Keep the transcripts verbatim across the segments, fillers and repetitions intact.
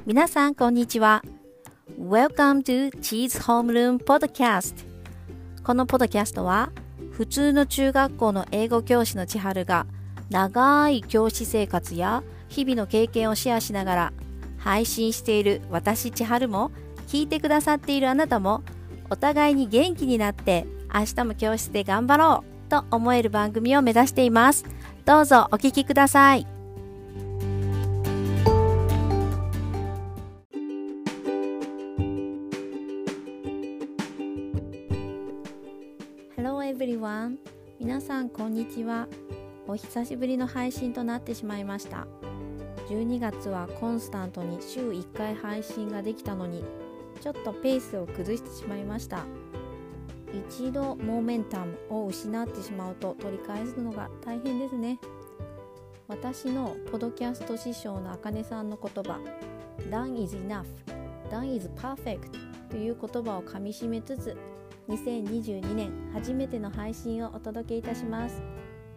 皆さんこんにちは。 Welcome to Cheese Homeroom Podcast。 このポッドキャストは普通の中学校の英語教師の千春が長い教師生活や日々の経験をシェアしながら配信している私千春も聞いてくださっているあなたもお互いに元気になって明日も教室で頑張ろうと思える番組を目指しています。どうぞお聞きください。Hello everyone。 皆さんこんにちは。お久しぶりの配信となってしまいました。じゅうにがつはコンスタントに週いっかい配信ができたのにちょっとペースを崩してしまいました。一度モーメンタムを失ってしまうと取り返すのが大変ですね。私のポドキャスト師匠のあかねさんの言葉 Done is enough, Done is perfect という言葉をかみしめつつにせんにじゅうにねん初めての配信をお届けいたします。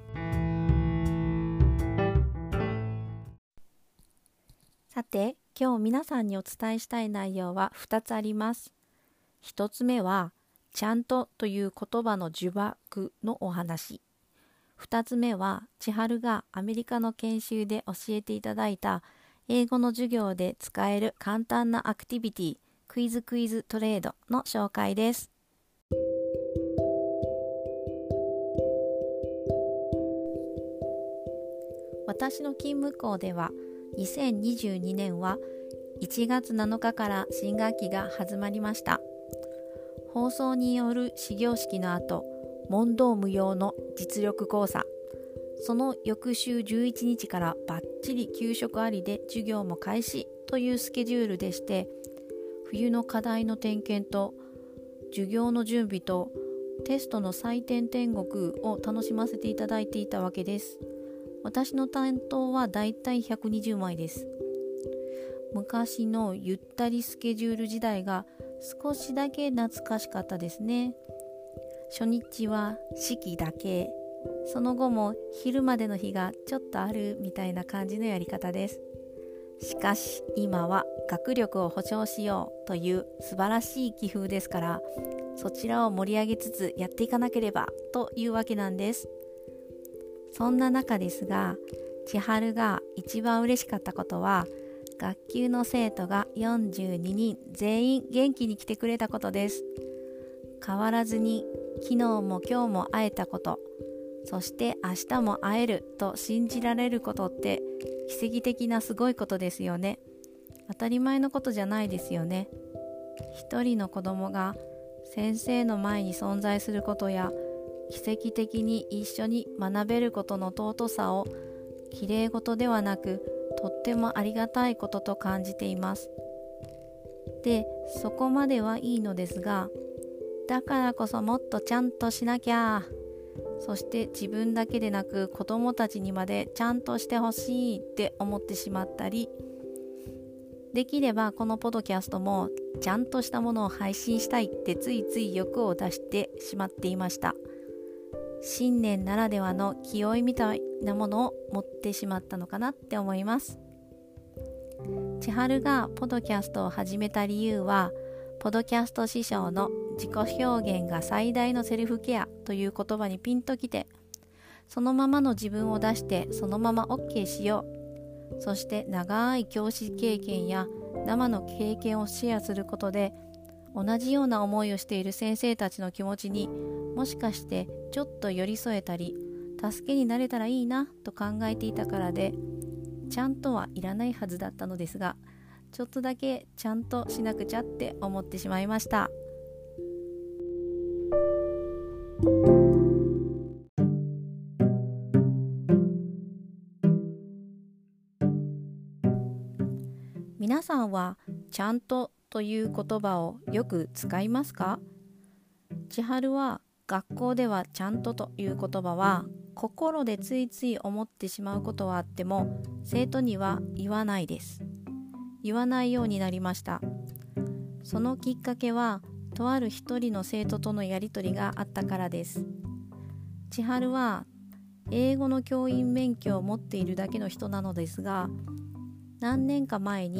さて、今日皆さんにお伝えしたい内容はふたつあります。ひとつめはちゃんとという言葉の呪縛のお話。ふたつめは千春がアメリカの研修で教えていただいた英語の授業で使える簡単なアクティビティクイズクイズトレードの紹介です。私の勤務校ではにせんにじゅうにねんはいちがつなのかから新学期が始まりました。放送による始業式の後、問答無用の実力講座、その翌週じゅういちにちからバッチリ給食ありで授業も開始というスケジュールでして、冬の課題の点検と授業の準備とテストの採点天国を楽しませていただいていたわけです。私の担当はだいたいひゃくにじゅうまいです。昔のゆったりスケジュール時代が少しだけ懐かしかったですね。初日は式だけ、その後も昼までの日がちょっとあるみたいな感じのやり方です。しかし今は学力を保証しようという素晴らしい気風ですから、そちらを盛り上げつつやっていかなければというわけなんです。そんな中ですが、千春が一番嬉しかったことは学級の生徒がよんじゅうににん全員元気に来てくれたことです。変わらずに昨日も今日も会えたこと、そして明日も会えると信じられることって奇跡的なすごいことですよね。当たり前のことじゃないですよね。一人の子供が先生の前に存在することや奇跡的に一緒に学べることの尊さをきれい事ではなくとってもありがたいことと感じています。で、そこまではいいのですが、だからこそもっとちゃんとしなきゃ、そして自分だけでなく子供たちにまでちゃんとしてほしいって思ってしまったり、できればこのポッドキャストもちゃんとしたものを配信したいってついつい欲を出してしまっていました。新年ならではの気負いみたいなものを持ってしまったのかなって思います。千春がポッドキャストを始めた理由は、ポッドキャスト師匠の自己表現が最大のセルフケアという言葉にピンときて、そのままの自分を出してそのまま OK しよう。そして長い教師経験や生の経験をシェアすることで、同じような思いをしている先生たちの気持ちにもしかしてちょっと寄り添えたり助けになれたらいいなと考えていたからで、ちゃんとはいらないはずだったのですが、ちょっとだけちゃんとしなくちゃって思ってしまいました。皆さんはちゃんとという言葉をよく使いますか？千春は学校ではちゃんとという言葉は心でついつい思ってしまうことはあっても生徒には言わないです。言わないようになりました。そのきっかけはとある一人の生徒とのやりとりがあったからです。千春は英語の教員免許を持っているだけの人なのですが、何年か前に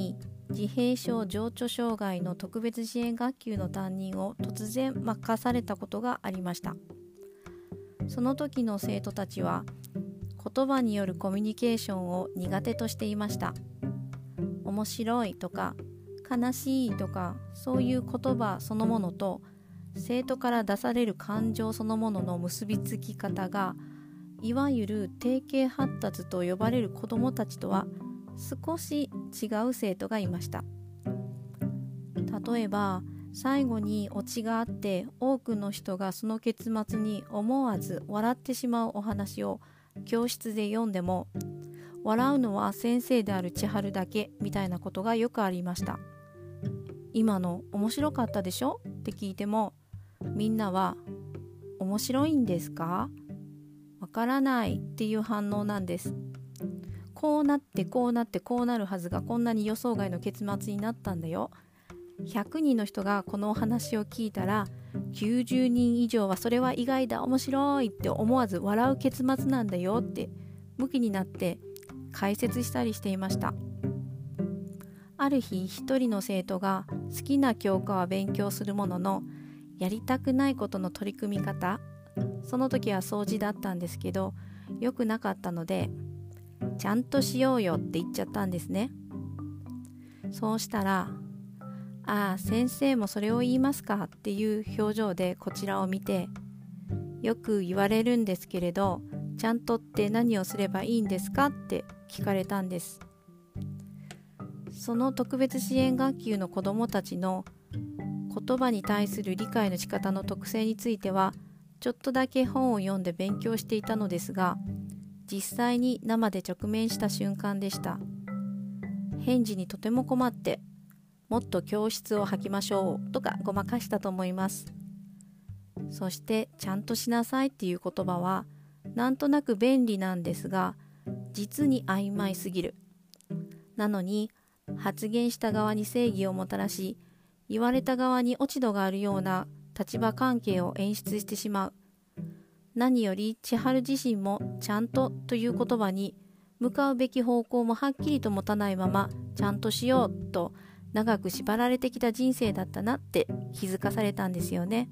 自閉症情緒障害の特別支援学級の担任を突然任されたことがありました。その時の生徒たちは言葉によるコミュニケーションを苦手としていました。面白いとか悲しいとか、そういう言葉そのものと生徒から出される感情そのものの結びつき方が、いわゆる定型発達と呼ばれる子どもたちとは少し違う生徒がいました。例えば最後にオチがあって、多くの人がその結末に思わず笑ってしまうお話を教室で読んでも、笑うのは先生である千春だけみたいなことがよくありました。今の面白かったでしょって聞いても、みんなは面白いんですか？わからないっていう反応なんです。こうなってこうなってこうなるはずが、こんなに予想外の結末になったんだよ。ひゃくにんの人がこのお話を聞いたら、きゅうじゅうにん以上はそれは意外だ、面白いって思わず笑う結末なんだよって向きになって解説したりしていました。ある日、一人の生徒が好きな教科は勉強するものの、やりたくないことの取り組み方、その時は掃除だったんですけど、良くなかったので、ちゃんとしようよって言っちゃったんですね。そうしたら、ああ、先生もそれを言いますかっていう表情でこちらを見て、よく言われるんですけれど、ちゃんとって何をすればいいんですかって聞かれたんです。その特別支援学級の子どもたちの言葉に対する理解の仕方の特性については、ちょっとだけ本を読んで勉強していたのですが、実際に生で直面した瞬間でした。返事にとても困って、もっと教室を吐きましょうとかごまかしたと思います。そしてちゃんとしなさいっていう言葉はなんとなく便利なんですが、実に曖昧すぎる。なのに発言した側に正義をもたらし、言われた側に落ち度があるような立場関係を演出してしまう。何より千春自身もちゃんとという言葉に向かうべき方向もはっきりと持たないまま、ちゃんとしようと長く縛られてきた人生だったなって気づかされたんですよね。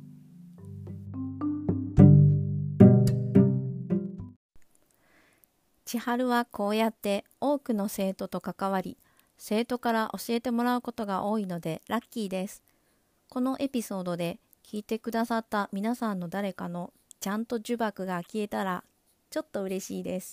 千春はこうやって多くの生徒と関わり、生徒から教えてもらうことが多いのでラッキーです。このエピソードで聞いてくださった皆さんの誰かのちゃんと呪縛が消えたらちょっと嬉しいです。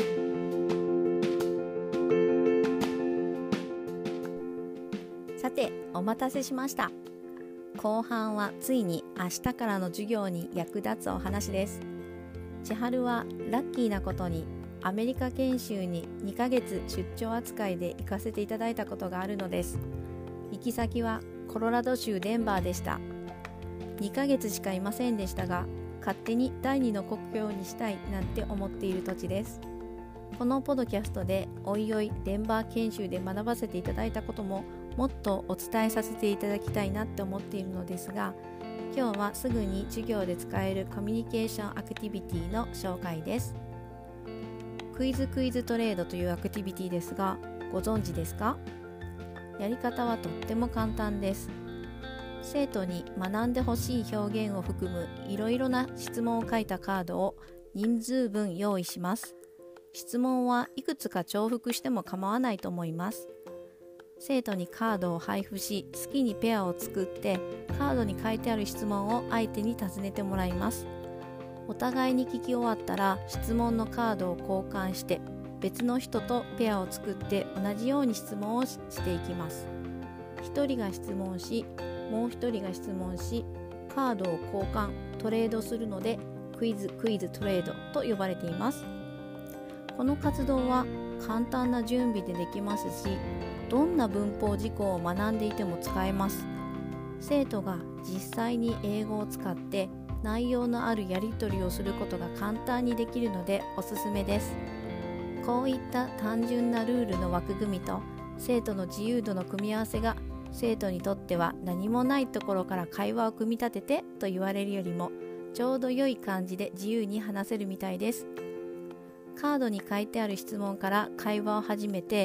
さて、お待たせしました。後半はついに明日からの授業に役立つお話です。千春はラッキーなことにアメリカ研修ににかげつ出張扱いで行かせていただいたことがあるのです。行き先はコロラド州デンバーでした。にかげつしかいませんでしたが、勝手に第二の故郷にしたいなんて思っている土地です。このポッドキャストでおいおいデンバー研修で学ばせていただいたことももっとお伝えさせていただきたいなって思っているのですが、今日はすぐに授業で使えるコミュニケーションアクティビティの紹介です。クイズクイズトレードというアクティビティですが、ご存知ですか？やり方はとっても簡単です。生徒に学んでほしい表現を含むいろいろな質問を書いたカードを人数分用意します。質問はいくつか重複しても構わないと思います。生徒にカードを配布し、好きにペアを作ってカードに書いてある質問を相手に尋ねてもらいます。お互いに聞き終わったら質問のカードを交換して別の人とペアを作って同じように質問をしていきます。ひとりが質問し、もうひとりが質問し、カードを交換、トレードするのでクイズクイズトレードと呼ばれています。この活動は簡単な準備でできますし、どんな文法事項を学んでいても使えます。生徒が実際に英語を使って内容のあるやり取りをすることが簡単にできるのでおすすめです。こういった単純なルールの枠組みと生徒の自由度の組み合わせが、生徒にとっては何もないところから会話を組み立ててと言われるよりもちょうど良い感じで自由に話せるみたいです。カードに書いてある質問から会話を始めて、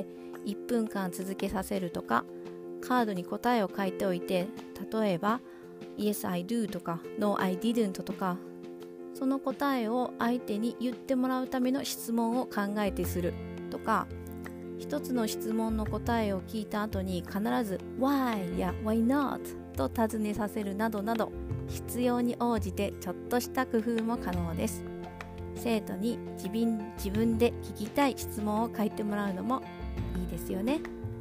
いっぷんかん続けさせるとか、カードに答えを書いておいて、例えば Yes I do とか No I didn't とか、その答えを相手に言ってもらうための質問を考えてするとか、一つの質問の答えを聞いた後に必ず Why や Why not と尋ねさせるなどなど、必要に応じてちょっとした工夫も可能です。生徒に自分、自分で聞きたい質問を書いてもらうのもいいですよね。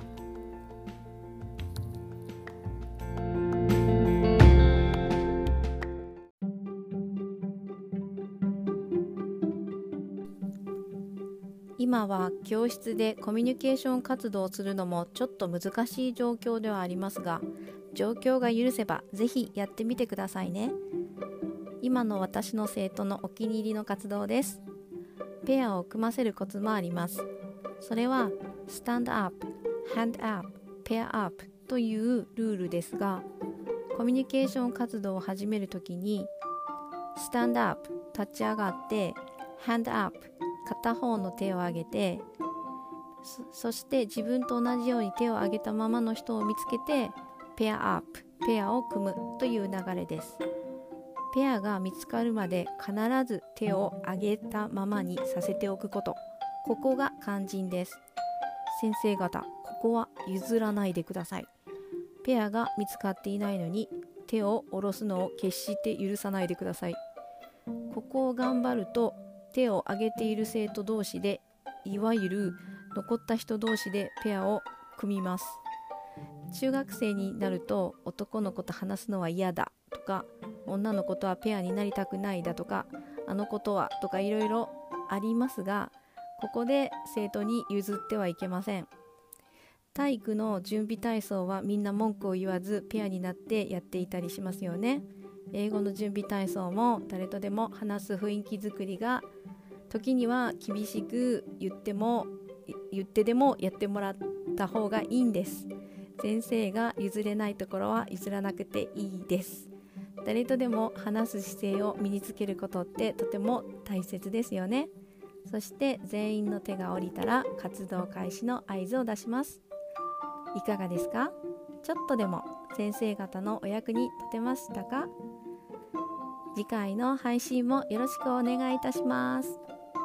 今は教室でコミュニケーション活動をするのもちょっと難しい状況ではありますが、状況が許せばぜひやってみてくださいね。今の私の生徒のお気に入りの活動です。ペアを組ませるコツもあります。それはスタンドアップ、ハンドアップ、ペアアップというルールですが、コミュニケーション活動を始めるときにスタンドアップ、立ち上がって、ハンドアップ、片方の手を上げて、 そ, そして自分と同じように手を上げたままの人を見つけてペアアップ、ペアを組むという流れです。ペアが見つかるまで必ず手を上げたままにさせておくこと、ここが肝心です。先生方、ここは譲らないでください。ペアが見つかっていないのに手を下ろすのを決して許さないでください。ここを頑張ると手を上げている生徒同士で、いわゆる残った人同士でペアを組みます。中学生になると男の子と話すのは嫌だとか、女の子とはペアになりたくないだとか、あの子とはとかいろいろありますが、ここで生徒に譲ってはいけません。体育の準備体操はみんな文句を言わずペアになってやっていたりしますよね。英語の準備体操も誰とでも話す雰囲気作りが、時には厳しく言っても言ってでもやってもらった方がいいんです。先生が譲れないところは譲らなくていいです。誰とでも話す姿勢を身につけることってとても大切ですよね。そして全員の手が下りたら活動開始の合図を出します。いかがですか？ちょっとでも先生方のお役に立てましたか？次回の配信もよろしくお願いいたします。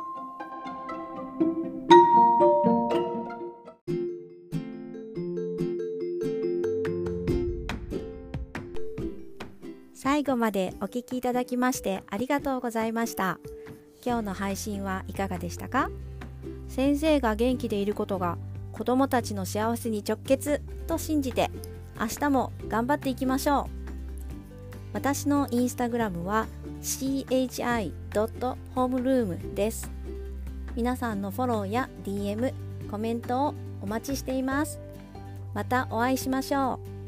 最後までお聞きいただきましてありがとうございました。今日の配信はいかがでしたか？先生が元気でいることが子どもたちの幸せに直結と信じて、明日も頑張っていきましょう。私のインスタグラムは シーエイチアイドットホームルーム です。皆さんのフォローや ディーエム、コメントをお待ちしています。またお会いしましょう。